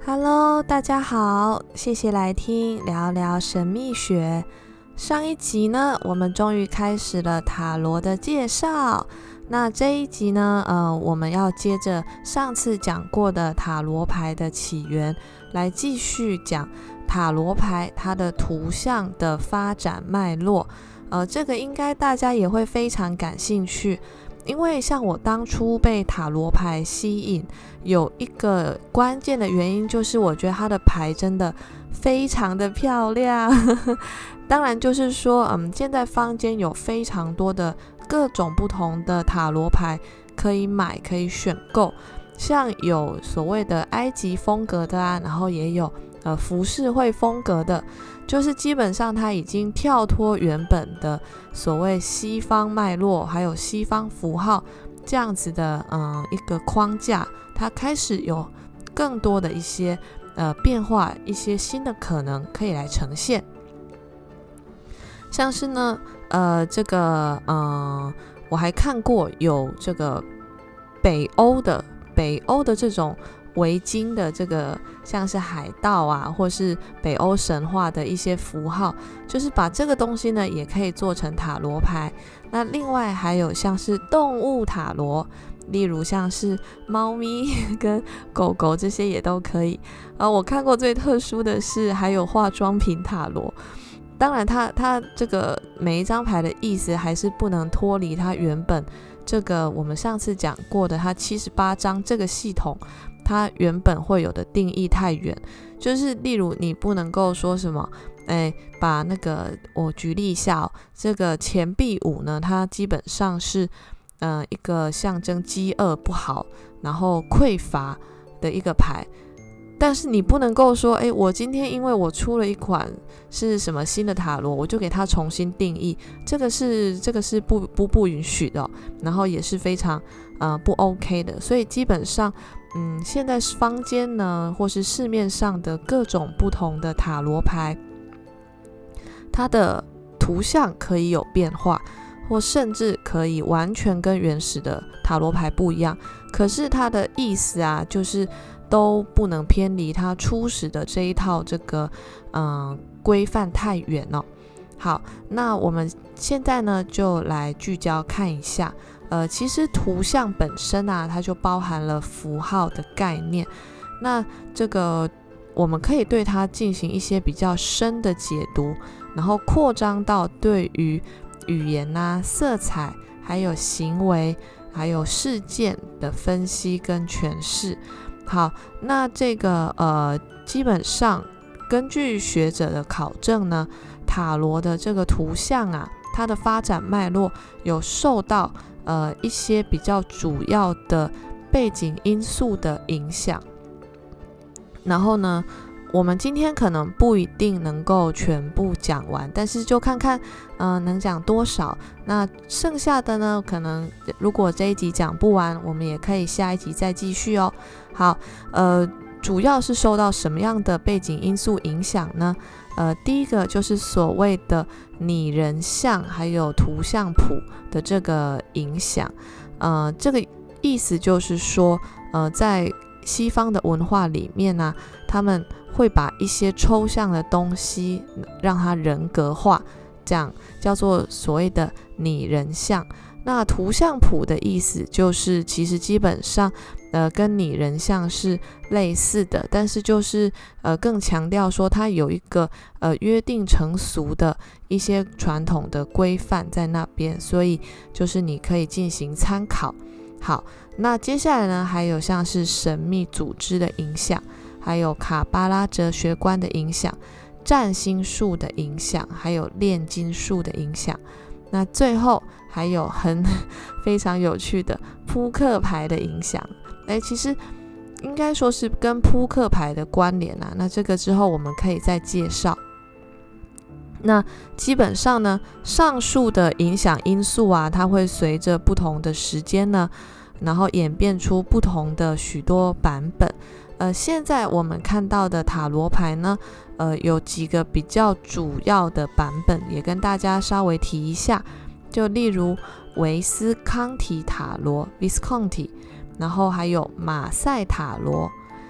Hello，大家好，谢谢来听聊聊神秘学。上一集呢，我们终于开始了塔罗的介绍。那这一集呢，我们要接着上次讲过的塔罗牌的起源，来继续讲塔罗牌它的图像的发展脉络。这个应该大家也会非常感兴趣。因为像我当初被塔罗牌吸引，有一个关键的原因就是我觉得它的牌真的非常的漂亮。当然就是说，现在坊间有非常多的各种不同的塔罗牌可以买，可以选购，像有所谓的埃及风格的啊，然后也有浮世绘风格的，就是基本上它已经跳脱原本的所谓西方脉络还有西方符号这样子的一个框架，它开始有更多的一些变化，一些新的可能可以来呈现。像是呢我还看过有这个北欧的这种维京的这个像是海盗啊，或是北欧神话的一些符号，就是把这个东西呢也可以做成塔罗牌。那另外还有像是动物塔罗，例如像是猫咪跟狗狗这些也都可以。我看过最特殊的是还有化妆品塔罗。当然它这个每一张牌的意思还是不能脱离它原本这个我们上次讲过的它78张这个系统它原本会有的定义太远，就是例如你不能够说什么把那个我举例一下这个钱币5呢，它基本上是一个象征饥饿不好然后匮乏的一个牌，但是你不能够说我今天因为我出了一款是什么新的塔罗，我就给它重新定义，这个是不允许的然后也是非常不 OK 的。所以基本上现在坊间呢或是市面上的各种不同的塔罗牌，它的图像可以有变化，或甚至可以完全跟原始的塔罗牌不一样，可是它的意思啊就是都不能偏离它初始的这一套这个规范太远了。好，那我们现在呢就来聚焦看一下其实图像本身啊它就包含了符号的概念，那这个我们可以对它进行一些比较深的解读，然后扩张到对于语言啊、色彩还有行为还有事件的分析跟诠释。好，那这个基本上根据学者的考证呢，塔罗的这个图像啊，它的发展脉络有受到一些比较主要的背景因素的影响。然后呢，我们今天可能不一定能够全部讲完，但是就看看能讲多少。那剩下的呢，可能如果这一集讲不完，我们也可以下一集再继续哦。好，主要是受到什么样的背景因素影响呢？第一个就是所谓的拟人像还有图像谱的这个影响。这个意思就是说在西方的文化里面呢他们会把一些抽象的东西让它人格化，这样叫做所谓的拟人像。那图像谱的意思就是其实基本上跟拟人像是类似的，但是就是更强调说它有一个约定成俗的一些传统的规范在那边，所以就是你可以进行参考。好，那接下来呢还有像是神秘组织的影响，还有卡巴拉哲学观的影响，占星术的影响，还有炼金术的影响。那最后还有非常有趣的扑克牌的影响。其实应该说是跟扑克牌的关联啊，那这个之后我们可以再介绍。那基本上呢，上述的影响因素啊，它会随着不同的时间呢，然后演变出不同的许多版本。现在我们看到的塔罗牌呢，有几个比较主要的版本，也跟大家稍微提一下。就例如维斯康提塔罗 Visconti， 然后还有马赛塔罗、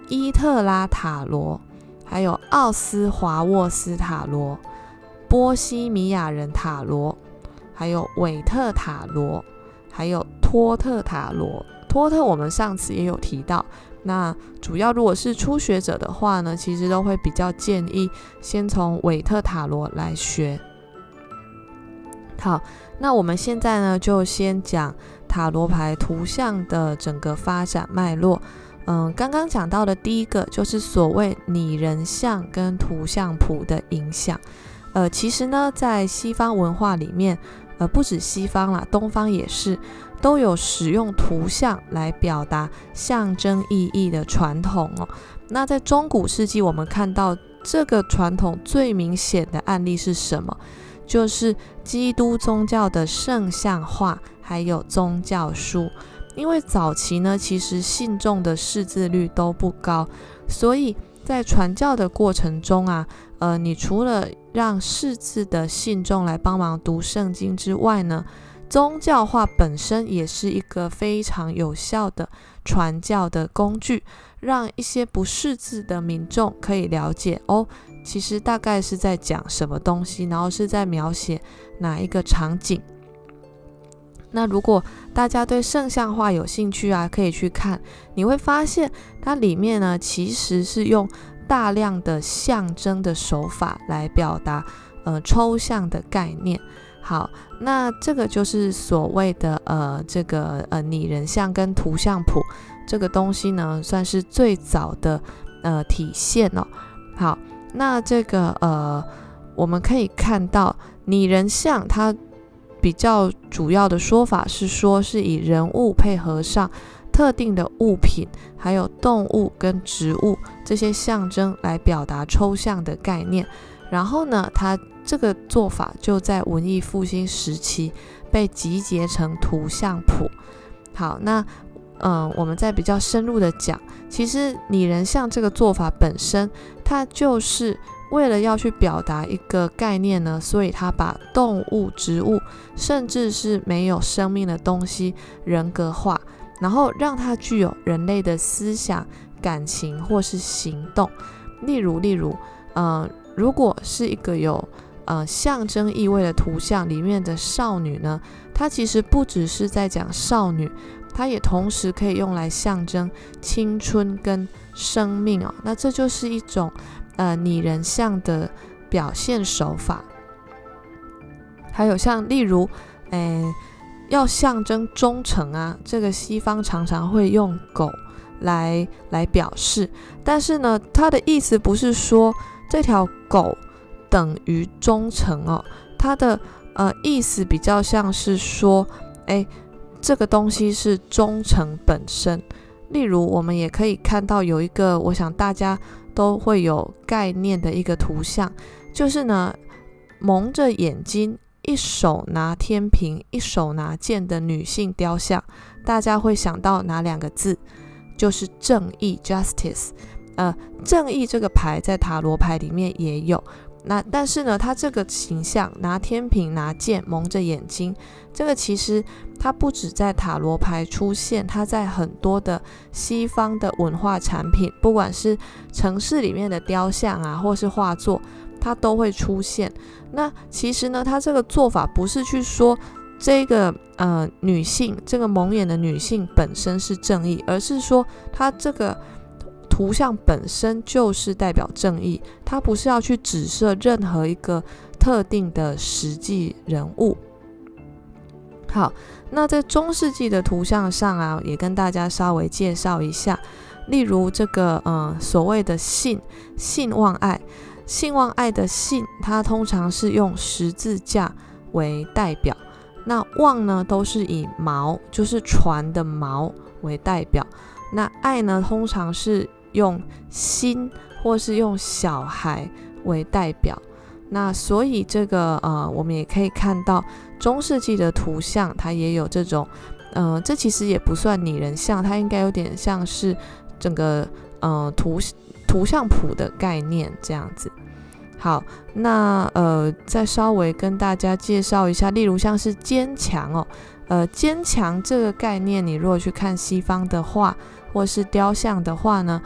伊特拉塔罗，还有奥斯华沃斯塔罗、波西米亚人塔罗，还有韦特塔罗，还有托特塔罗。托特我们上次也有提到，那主要如果是初学者的话呢，其实都会比较建议先从韦特塔罗来学。好，那我们现在呢就先讲塔罗牌图像的整个发展脉络。刚刚讲到的第一个就是所谓拟人像跟图像谱的影响。其实呢，在西方文化里面，不止西方啦，东方也是，都有使用图像来表达象征意义的传统哦。那在中古世纪，我们看到这个传统最明显的案例是什么？就是基督宗教的圣像画，还有宗教书。因为早期呢，其实信众的识字率都不高，所以在传教的过程中啊，你除了让识字的信众来帮忙读圣经之外呢，宗教画本身也是一个非常有效的传教的工具，让一些不识字的民众可以了解其实大概是在讲什么东西，然后是在描写哪一个场景。那如果大家对圣像画有兴趣啊，可以去看，你会发现它里面呢其实是用大量的象征的手法来表达抽象的概念。好，那这个就是所谓的这个拟人像跟图像谱这个东西呢，算是最早的体现哦。好，那这个我们可以看到拟人像它比较主要的说法是说，是以人物配合上特定的物品，还有动物跟植物这些象征来表达抽象的概念。然后呢，它这个做法就在文艺复兴时期被集结成图像谱。好，那我们再比较深入的讲，其实拟人像这个做法本身，它就是为了要去表达一个概念呢，所以它把动物、植物，甚至是没有生命的东西人格化，然后让它具有人类的思想、感情或是行动。例如如果是一个有象征意味的图像里面的少女呢，它其实不只是在讲少女，它也同时可以用来象征青春跟生命哦。那这就是一种拟人像的表现手法。还有像例如要象征忠诚啊，这个西方常常会用狗来表示，但是呢，它的意思不是说这条狗等于忠诚哦，它的意思比较像是说这个东西是忠诚本身。例如我们也可以看到有一个我想大家都会有概念的一个图像，就是呢蒙着眼睛，一手拿天平，一手拿剑的女性雕像，大家会想到哪两个字？就是正义 justice。正义这个牌在塔罗牌里面也有，但是呢，它这个形象拿天平、拿剑、蒙着眼睛，这个其实它不止在塔罗牌出现，它在很多的西方的文化产品，不管是城市里面的雕像啊，或是画作，它都会出现。那其实呢，它这个做法不是去说这个女性，这个蒙眼的女性本身是正义，而是说它这个图像本身就是代表正义，它不是要去指涉任何一个特定的实际人物。好，那在中世纪的图像上啊，也跟大家稍微介绍一下，例如这个所谓的信望爱的信，它通常是用十字架为代表，那望呢都是以锚，就是船的锚为代表，那爱呢通常是用心或是用小孩为代表。那所以这个我们也可以看到中世纪的图像，它也有这种这其实也不算拟人像，它应该有点像是整个图像谱的概念这样子。好，那再稍微跟大家介绍一下，例如像是坚强哦，坚强这个概念，你如果去看西方的画或是雕像的话呢，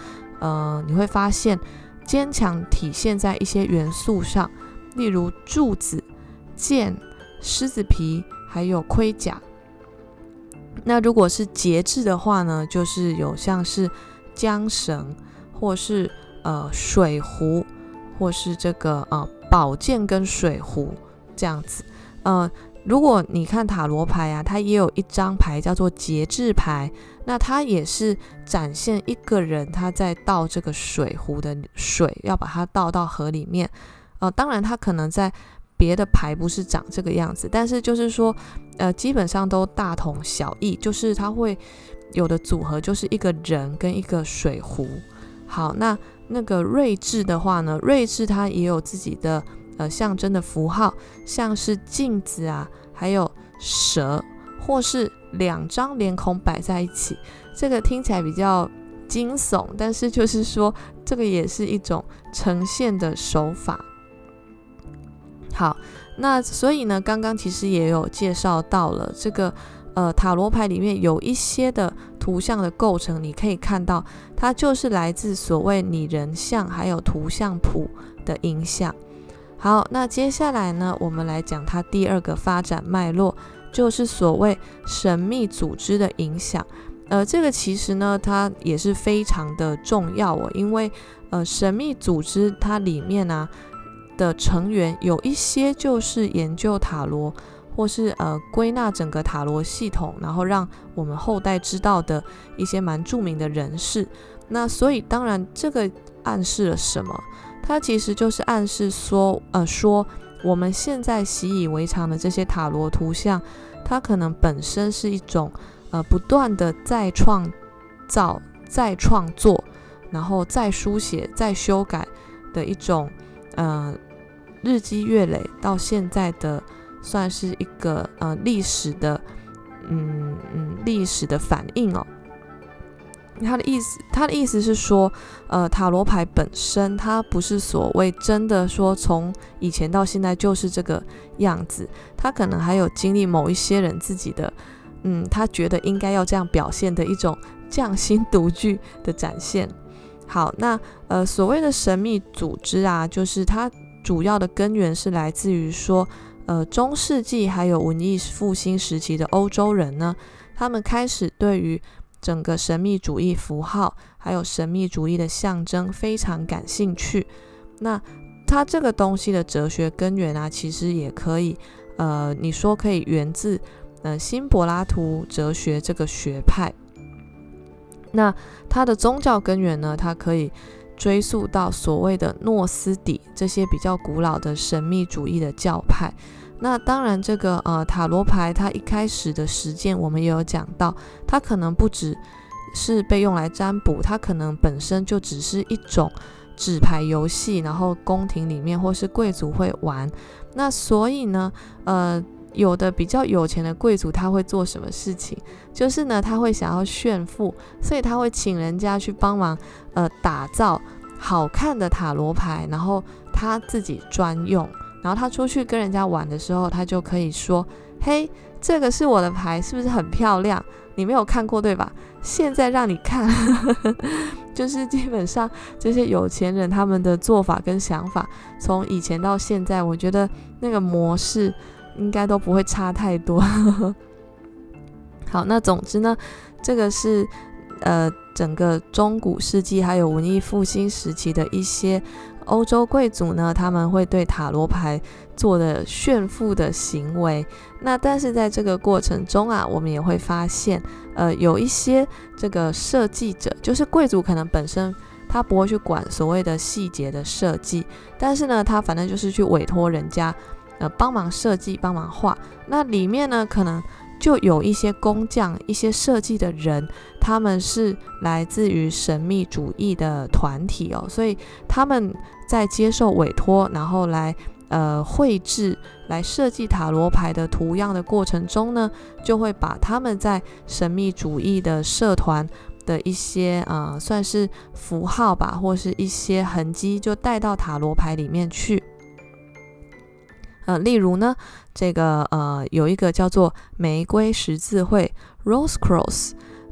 你会发现坚强体现在一些元素上，例如柱子、剑、狮子皮，还有盔甲。那如果是节制的话呢，就是有像是缰绳，或是水壶，或是这个宝剑跟水壶这样子。如果你看塔罗牌啊，它也有一张牌叫做节制牌，那它也是展现一个人他在倒这个水壶的水，要把它倒到河里面。当然它可能在别的牌不是长这个样子，但是就是说基本上都大同小异，就是它会有的组合就是一个人跟一个水壶。好，那个睿智的话呢，睿智它也有自己的象征的符号，像是镜子啊，还有蛇，或是2张脸孔摆在一起。这个听起来比较惊悚，但是就是说这个也是一种呈现的手法。好，那所以呢，刚刚其实也有介绍到了这个塔罗牌里面有一些的图像的构成，你可以看到它就是来自所谓拟人像还有图像谱的影响。好，那接下来呢，我们来讲它第二个发展脉络，就是所谓神秘组织的影响。这个其实呢，它也是非常的重要哦，因为神秘组织它里面啊的成员有一些就是研究塔罗，或是归纳整个塔罗系统，然后让我们后代知道的一些蛮著名的人士。那所以当然这个暗示了什么？它其实就是暗示说我们现在习以为常的这些塔罗图像，它可能本身是一种不断的再创造、再创作，然后再书写、再修改的一种日积月累到现在的算是一个历史的反应哦。他的意思是说，塔罗牌本身它不是所谓真的说从以前到现在就是这个样子，它可能还有经历某一些人自己的他觉得应该要这样表现的一种匠心独具的展现。好，那所谓的神秘组织啊，就是它主要的根源是来自于说中世纪还有文艺复兴时期的欧洲人呢，他们开始对于整个神秘主义符号还有神秘主义的象征非常感兴趣。那它这个东西的哲学根源啊，其实也可以你说可以源自新柏拉图哲学这个学派。那它的宗教根源呢，它可以追溯到所谓的诺斯底这些比较古老的神秘主义的教派。那当然这个塔罗牌它一开始的实践我们也有讲到，它可能不只是被用来占卜，它可能本身就只是一种纸牌游戏，然后宫廷里面或是贵族会玩。那所以呢有的比较有钱的贵族他会做什么事情，就是呢他会想要炫富，所以他会请人家去帮忙打造好看的塔罗牌，然后他自己专用，然后他出去跟人家玩的时候，他就可以说，嘿，这个是我的牌，是不是很漂亮？你没有看过对吧？现在让你看就是基本上这些有钱人他们的做法跟想法，从以前到现在，我觉得那个模式应该都不会差太多好，那总之呢，这个是整个中古世纪还有文艺复兴时期的一些欧洲贵族呢，他们会对塔罗牌做的炫富的行为。那但是在这个过程中啊，我们也会发现有一些这个设计者，就是贵族可能本身他不会去管所谓的细节的设计，但是呢他反正就是去委托人家帮忙设计帮忙画，那里面呢可能就有一些工匠一些设计的人，他们是来自于神秘主义的团体哦，所以他们在接受委托然后来绘制来设计塔罗牌的图样的过程中呢，就会把他们在神秘主义的社团的一些算是符号吧，或是一些痕迹就带到塔罗牌里面去。例如呢，这个有一个叫做玫瑰十字会 Rose Cross，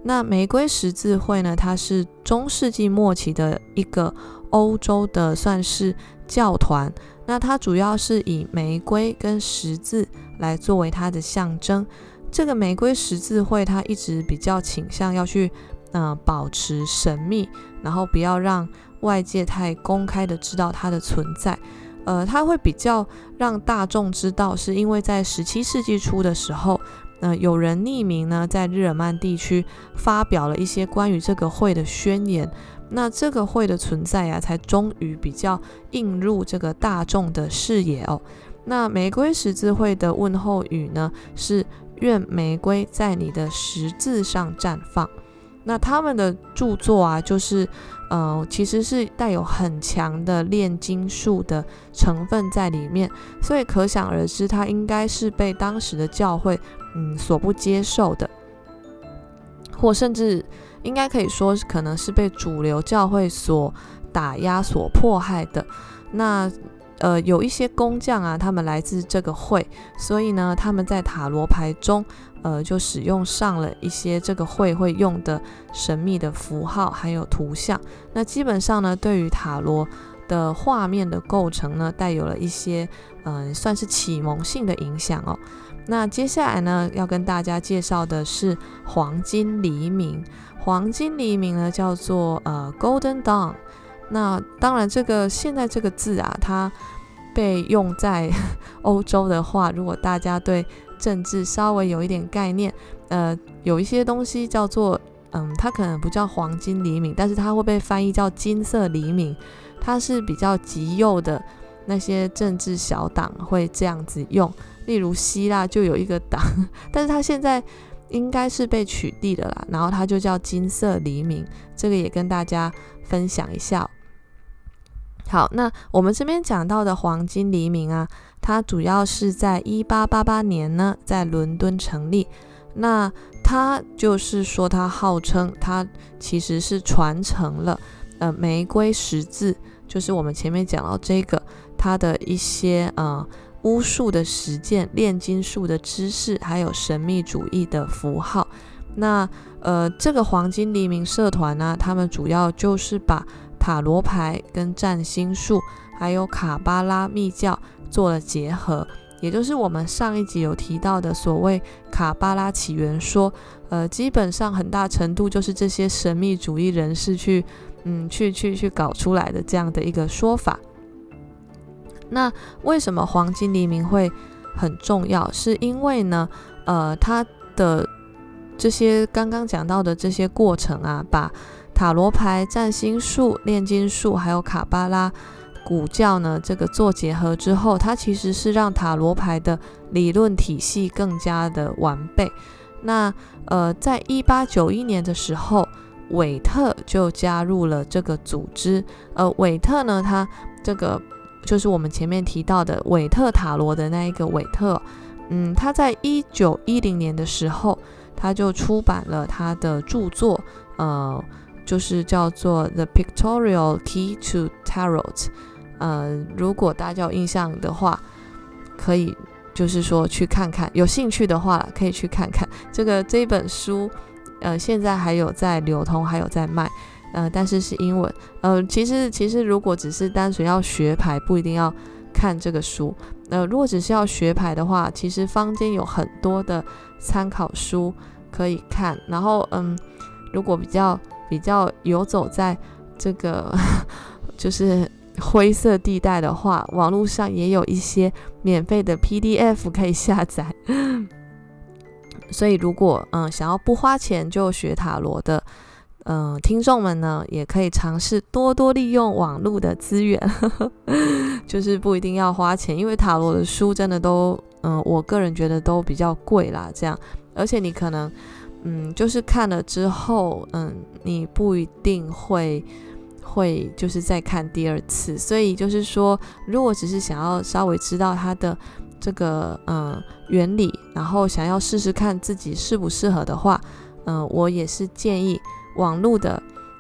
那玫瑰十字会呢，它是中世纪末期的一个欧洲的算是教团，那它主要是以玫瑰跟十字来作为它的象征。这个玫瑰十字会它一直比较倾向要去保持神秘，然后不要让外界太公开的知道它的存在。它会比较让大众知道，是因为在17世纪初的时候，有人匿名呢在日耳曼地区发表了一些关于这个会的宣言，那这个会的存在啊，才终于比较映入这个大众的视野哦。那玫瑰十字会的问候语呢，是愿玫瑰在你的十字上绽放。那他们的著作啊，就是其实是带有很强的炼金术的成分在里面，所以可想而知，它应该是被当时的教会所不接受的，或甚至应该可以说可能是被主流教会所打压、所迫害的。那有一些工匠啊，他们来自这个会，所以呢，他们在塔罗牌中就使用上了一些这个会用的神秘的符号还有图像。那基本上呢，对于塔罗的画面的构成呢，带有了一些算是启蒙性的影响哦。那接下来呢，要跟大家介绍的是黄金黎明。黄金黎明呢，叫做Golden Dawn。那当然现在这个字啊，它被用在欧洲的话，如果大家对政治稍微有一点概念，有一些东西叫做它可能不叫黄金黎明，但是它会被翻译叫金色黎明，它是比较极右的那些政治小党会这样子用。例如希腊就有一个党，但是它现在应该是被取缔的啦，然后它就叫金色黎明，这个也跟大家分享一下。好，那我们这边讲到的黄金黎明啊，它主要是在1888年呢，在伦敦成立。那它就是说，它号称它其实是传承了玫瑰十字，就是我们前面讲到这个它的一些巫术的实践、炼金术的知识，还有神秘主义的符号。那这个黄金黎明社团呢，他们主要就是把塔罗牌跟占星术还有卡巴拉密教做了结合，也就是我们上一集有提到的所谓卡巴拉起源说，基本上很大程度就是这些神秘主义人士去搞出来的这样的一个说法。那为什么黄金黎明会很重要？是因为呢，它的这些刚刚讲到的这些过程啊，把塔罗牌、占星术、炼金术还有卡巴拉古教呢这个做结合之后，它其实是让塔罗牌的理论体系更加的完备。那在1891年的时候，韦特就加入了这个组织。韦特呢，他这个就是我们前面提到的韦特塔罗的那一个韦特，他在1910年的时候，他就出版了他的著作，就是叫做 The Pictorial Key to Tarot。如果大家有印象的话，可以就是说去看看，有兴趣的话可以去看看这一本书，现在还有在流通，还有在卖，但是是英文。其实如果只是单纯要学牌，不一定要看这个书。如果只是要学牌的话，其实坊间有很多的参考书可以看。然后如果比较游走在这个就是灰色地带的话，网络上也有一些免费的 PDF 可以下载。所以如果想要不花钱就学塔罗的听众们呢，也可以尝试多多利用网络的资源就是不一定要花钱，因为塔罗的书真的都我个人觉得都比较贵啦，这样，而且你可能就是看了之后你不一定会就是再看第二次。所以就是说，如果只是想要稍微知道它的这个原理，然后想要试试看自己适不适合的话，我也是建议网络的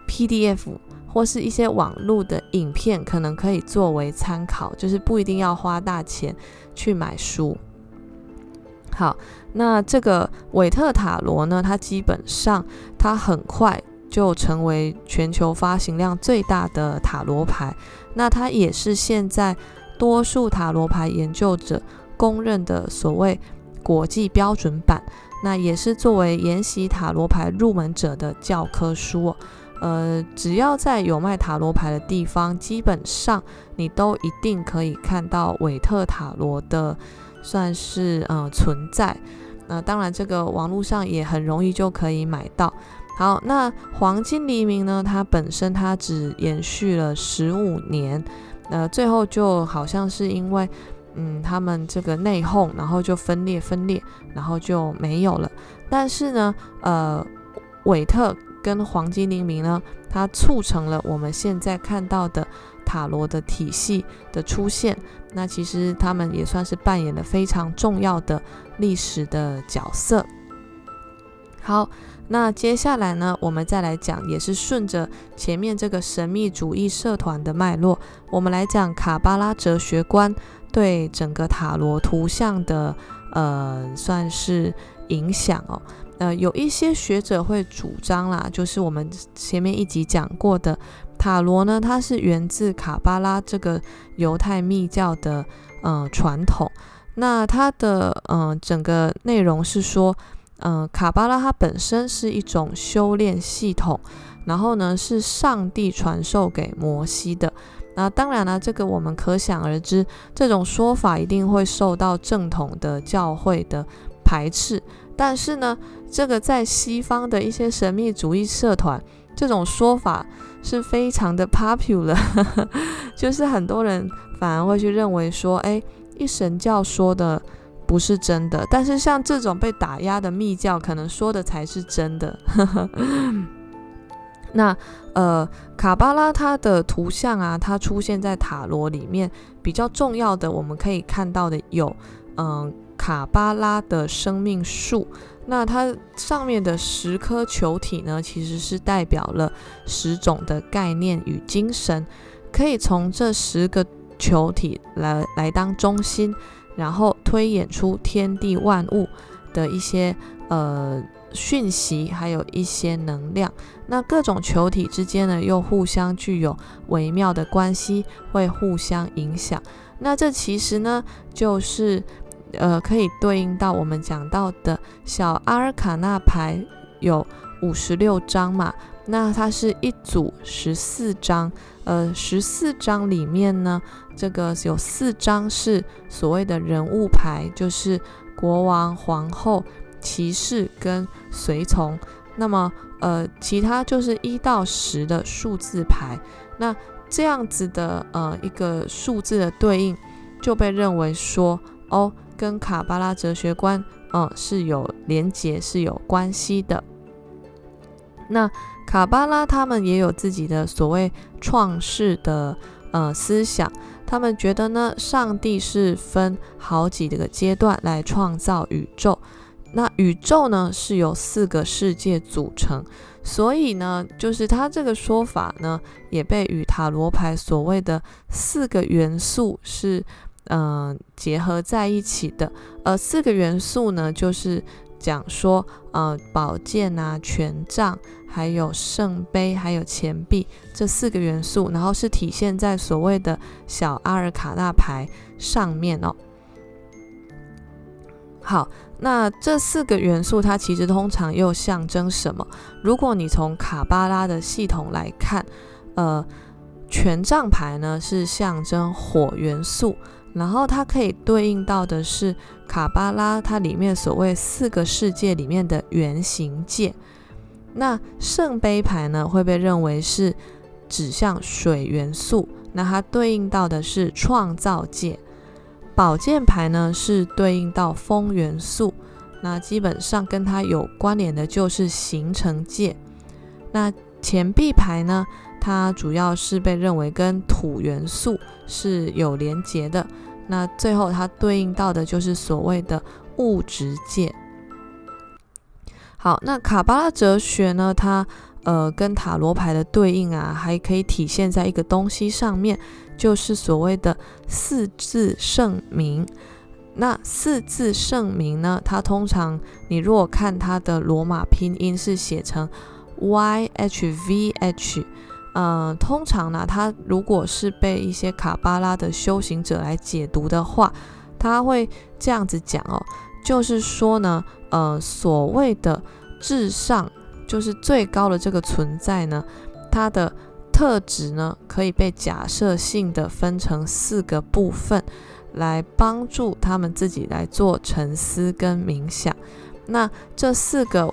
PDF 或是一些网络的影片可能可以作为参考，就是不一定要花大钱去买书。 好，那这个韦特塔罗呢，它基本上它很快就成为全球发行量最大的塔罗牌，那它也是现在多数塔罗牌研究者公认的所谓国际标准版，那也是作为研习塔罗牌入门者的教科书只要在有卖塔罗牌的地方，基本上你都一定可以看到韦特塔罗的算是存在。当然这个网络上也很容易就可以买到。好，那黄金黎明呢，它本身它只延续了15年，最后就好像是因为他们这个内讧，然后就分裂，然后就没有了。但是呢韦特跟黄金黎明呢，它促成了我们现在看到的塔罗的体系的出现，那其实他们也算是扮演了非常重要的历史的角色。好，那接下来呢，我们再来讲，也是顺着前面这个神秘主义社团的脉络，我们来讲卡巴拉哲学观对整个塔罗图像的算是影响有一些学者会主张啦，就是我们前面一集讲过的塔罗呢，它是源自卡巴拉这个犹太密教的传统。那它的整个内容是说卡巴拉它本身是一种修炼系统，然后呢是上帝传授给摩西的。那当然了，这个我们可想而知，这种说法一定会受到正统的教会的排斥。但是呢，这个在西方的一些神秘主义社团，这种说法是非常的 popular 就是很多人反而会去认为说一神教说的不是真的，但是像这种被打压的密教可能说的才是真的那卡巴拉它的图像啊，它出现在塔罗里面比较重要的，我们可以看到的有卡巴拉的生命树，那它上面的10颗球体呢，其实是代表了10种的概念与精神，可以从这10个球体来当中心，然后推演出天地万物的一些讯息，还有一些能量。那各种球体之间呢，又互相具有微妙的关系，会互相影响。那这其实呢，就是可以对应到我们讲到的小阿尔卡纳牌有56张嘛，那它是一组14张，14张里面呢，这个有4张是所谓的人物牌，就是国王、皇后、骑士跟随从，那么其他就是1到10的数字牌。那这样子的一个数字的对应，就被认为说跟卡巴拉哲学观是有连结，是有关系的。那卡巴拉他们也有自己的所谓创世的思想，他们觉得呢，上帝是分好几个阶段来创造宇宙，那宇宙呢是由4个世界组成，所以呢，就是他这个说法呢，也被与塔罗牌所谓的4个元素是结合在一起的。4个元素呢，就是讲说宝剑啊、权杖，还有圣杯，还有钱币，这4个元素，然后是体现在所谓的小阿尔卡纳牌上面好，那这4个元素它其实通常又象征什么？如果你从卡巴拉的系统来看，权杖牌呢是象征火元素，然后它可以对应到的是卡巴拉它里面所谓4个世界里面的原型界。那圣杯牌呢会被认为是指向水元素，那它对应到的是创造界。宝剑牌呢是对应到风元素，那基本上跟它有关联的就是形成界。那钱币牌呢，它主要是被认为跟土元素是有连结的，那最后它对应到的就是所谓的物质界。好，那卡巴拉哲学呢，它跟塔罗牌的对应啊，还可以体现在一个东西上面，就是所谓的4字圣名。 那四字圣名呢，它通常你如果看它的罗马拼音是写成 YHVH，通常呢，它如果是被一些卡巴拉的修行者来解读的话，他会这样子讲哦，就是说呢，所谓的至上，就是最高的这个存在呢，它的特质呢，可以被假设性的分成4个部分，来帮助他们自己来做沉思跟冥想。那这4个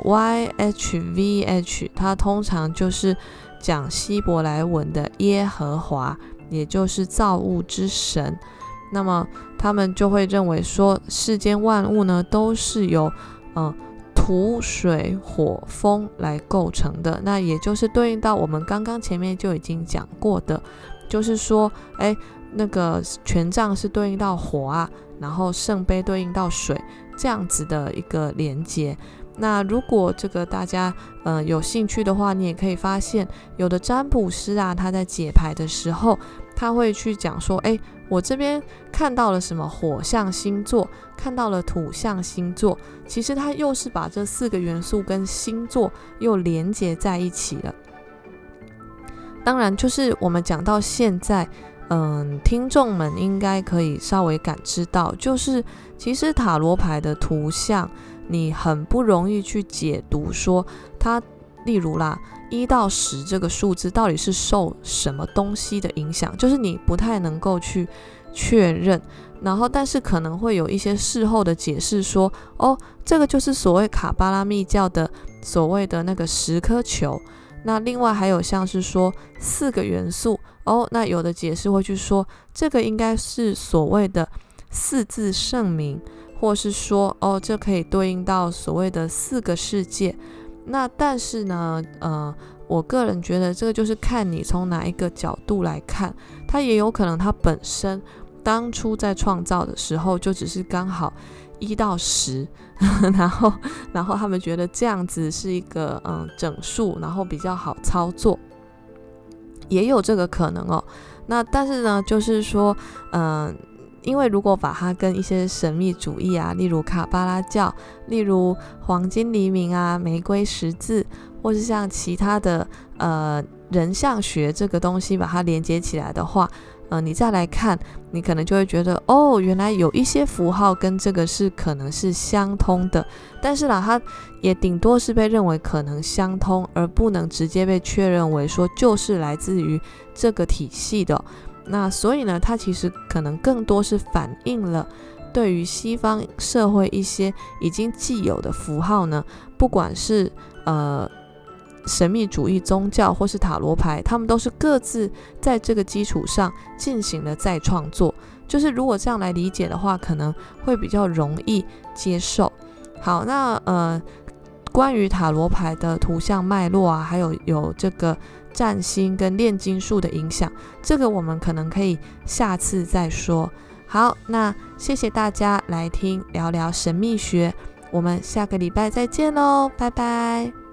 YHVH， 它通常就是讲希伯来文的耶和华，也就是造物之神。那么他们就会认为说，世间万物呢都是由土、水、火、风来构成的。那也就是对应到我们刚刚前面就已经讲过的，就是说，那个权杖是对应到火啊，然后圣杯对应到水，这样子的一个连接。那如果这个大家有兴趣的话，你也可以发现有的占卜师啊，他在解牌的时候，他会去讲说，我这边看到了什么火象星座，看到了土象星座，其实他又是把这4个元素跟星座又连接在一起了。当然就是我们讲到现在，听众们应该可以稍微感知到，就是其实塔罗牌的图像你很不容易去解读说它，例如啦1到10这个数字到底是受什么东西的影响，就是你不太能够去确认，然后但是可能会有一些事后的解释说，这个就是所谓卡巴拉密教的所谓的那个10颗球。那另外还有像是说4个元素，那有的解释会去说这个应该是所谓的4字圣名，或是说这可以对应到所谓的4个世界。那但是呢我个人觉得这个就是看你从哪一个角度来看，它也有可能它本身当初在创造的时候就只是刚好1到10然后他们觉得这样子是一个整数，然后比较好操作，也有这个可能哦。那但是呢就是说因为如果把它跟一些神秘主义啊，例如卡巴拉教，例如黄金黎明啊、玫瑰十字，或是像其他的人像学这个东西把它连接起来的话，你再来看，你可能就会觉得原来有一些符号跟这个是可能是相通的，但是啦，它也顶多是被认为可能相通，而不能直接被确认为说就是来自于这个体系的。那所以呢，它其实可能更多是反映了对于西方社会一些已经既有的符号呢，不管是神秘主义宗教或是塔罗牌，他们都是各自在这个基础上进行了再创作。就是如果这样来理解的话，可能会比较容易接受。好，那关于塔罗牌的图像脉络啊，还有这个占星跟炼金术的影响，这个我们可能可以下次再说。好，那谢谢大家来听聊聊神秘学，我们下个礼拜再见咯，拜拜。